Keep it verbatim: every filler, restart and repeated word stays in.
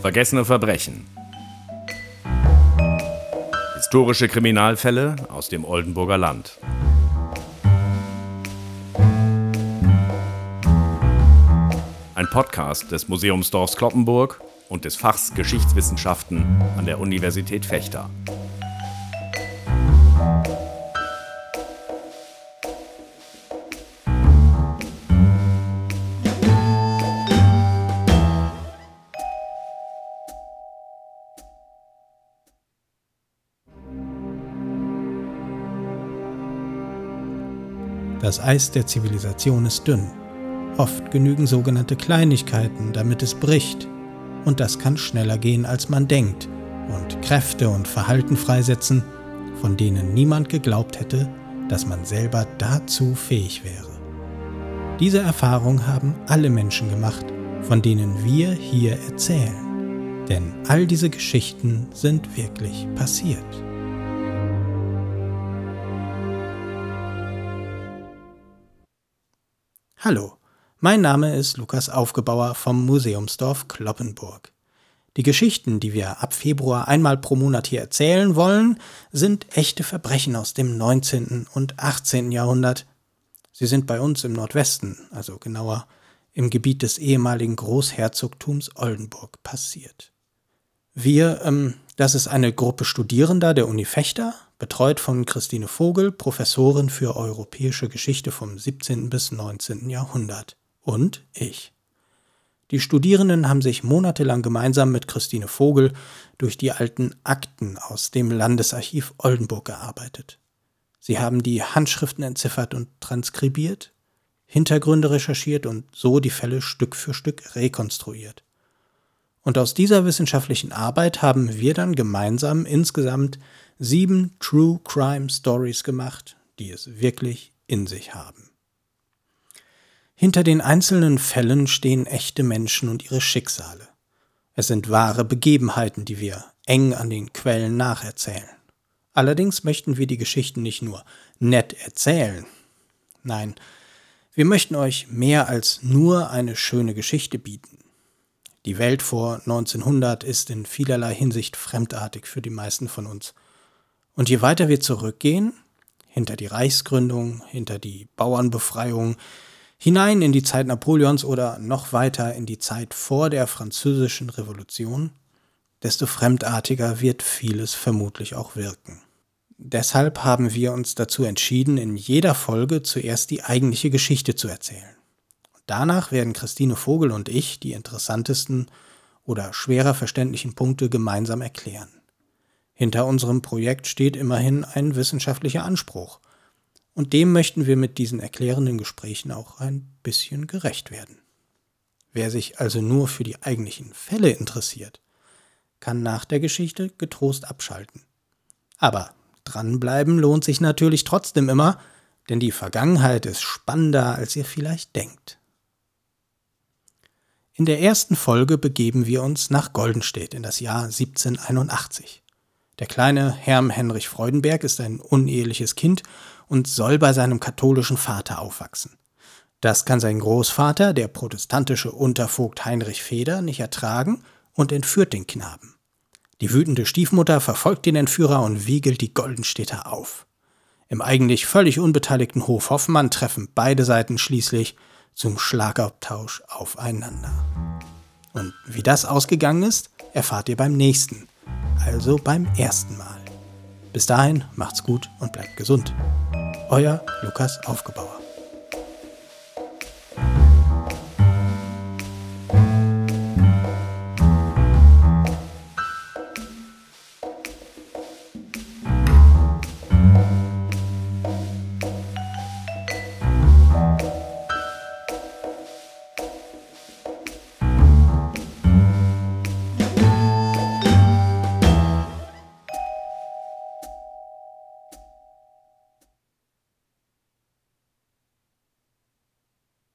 Vergessene Verbrechen. Historische Kriminalfälle aus dem Oldenburger Land. Ein Podcast des Museumsdorfs Cloppenburg und des Fachs Geschichtswissenschaften an der Universität Vechta. Das Eis der Zivilisation ist dünn. Oft genügen sogenannte Kleinigkeiten, damit es bricht. Und das kann schneller gehen, als man denkt. Und Kräfte und Verhalten freisetzen, von denen niemand geglaubt hätte, dass man selber dazu fähig wäre. Diese Erfahrung haben alle Menschen gemacht, von denen wir hier erzählen. Denn all diese Geschichten sind wirklich passiert. Hallo, mein Name ist Lukas Aufgebauer vom Museumsdorf Cloppenburg. Die Geschichten, die wir ab Februar einmal pro Monat hier erzählen wollen, sind echte Verbrechen aus dem neunzehnten und achtzehnten Jahrhundert. Sie sind bei uns im Nordwesten, also genauer im Gebiet des ehemaligen Großherzogtums Oldenburg, passiert. Wir, ähm, das ist eine Gruppe Studierender der Uni Vechta, betreut von Christine Vogel, Professorin für europäische Geschichte vom siebzehnten bis neunzehnten Jahrhundert. Und ich. Die Studierenden haben sich monatelang gemeinsam mit Christine Vogel durch die alten Akten aus dem Landesarchiv Oldenburg gearbeitet. Sie haben die Handschriften entziffert und transkribiert, Hintergründe recherchiert und so die Fälle Stück für Stück rekonstruiert. Und aus dieser wissenschaftlichen Arbeit haben wir dann gemeinsam insgesamt sieben True Crime Stories gemacht, die es wirklich in sich haben. Hinter den einzelnen Fällen stehen echte Menschen und ihre Schicksale. Es sind wahre Begebenheiten, die wir eng an den Quellen nacherzählen. Allerdings möchten wir die Geschichten nicht nur nett erzählen. Nein, wir möchten euch mehr als nur eine schöne Geschichte bieten. Die Welt vor neunzehnhundert ist in vielerlei Hinsicht fremdartig für die meisten von uns. Und je weiter wir zurückgehen, hinter die Reichsgründung, hinter die Bauernbefreiung, hinein in die Zeit Napoleons oder noch weiter in die Zeit vor der Französischen Revolution, desto fremdartiger wird vieles vermutlich auch wirken. Deshalb haben wir uns dazu entschieden, in jeder Folge zuerst die eigentliche Geschichte zu erzählen. Danach werden Christine Vogel und ich die interessantesten oder schwerer verständlichen Punkte gemeinsam erklären. Hinter unserem Projekt steht immerhin ein wissenschaftlicher Anspruch. Und dem möchten wir mit diesen erklärenden Gesprächen auch ein bisschen gerecht werden. Wer sich also nur für die eigentlichen Fälle interessiert, kann nach der Geschichte getrost abschalten. Aber dranbleiben lohnt sich natürlich trotzdem immer, denn die Vergangenheit ist spannender, als ihr vielleicht denkt. In der ersten Folge begeben wir uns nach Goldenstedt in das Jahr siebzehnhunderteinundachtzig. Der kleine Herm Henrich Freudenberg ist ein uneheliches Kind und soll bei seinem katholischen Vater aufwachsen. Das kann sein Großvater, der protestantische Untervogt Heinrich Feder, nicht ertragen und entführt den Knaben. Die wütende Stiefmutter verfolgt den Entführer und wiegelt die Goldenstädter auf. Im eigentlich völlig unbeteiligten Hof Hoffmann treffen beide Seiten schließlich zum Schlagabtausch aufeinander. Und wie das ausgegangen ist, erfahrt ihr beim nächsten, also beim ersten Mal. Bis dahin macht's gut und bleibt gesund. Euer Lukas Aufgebauer.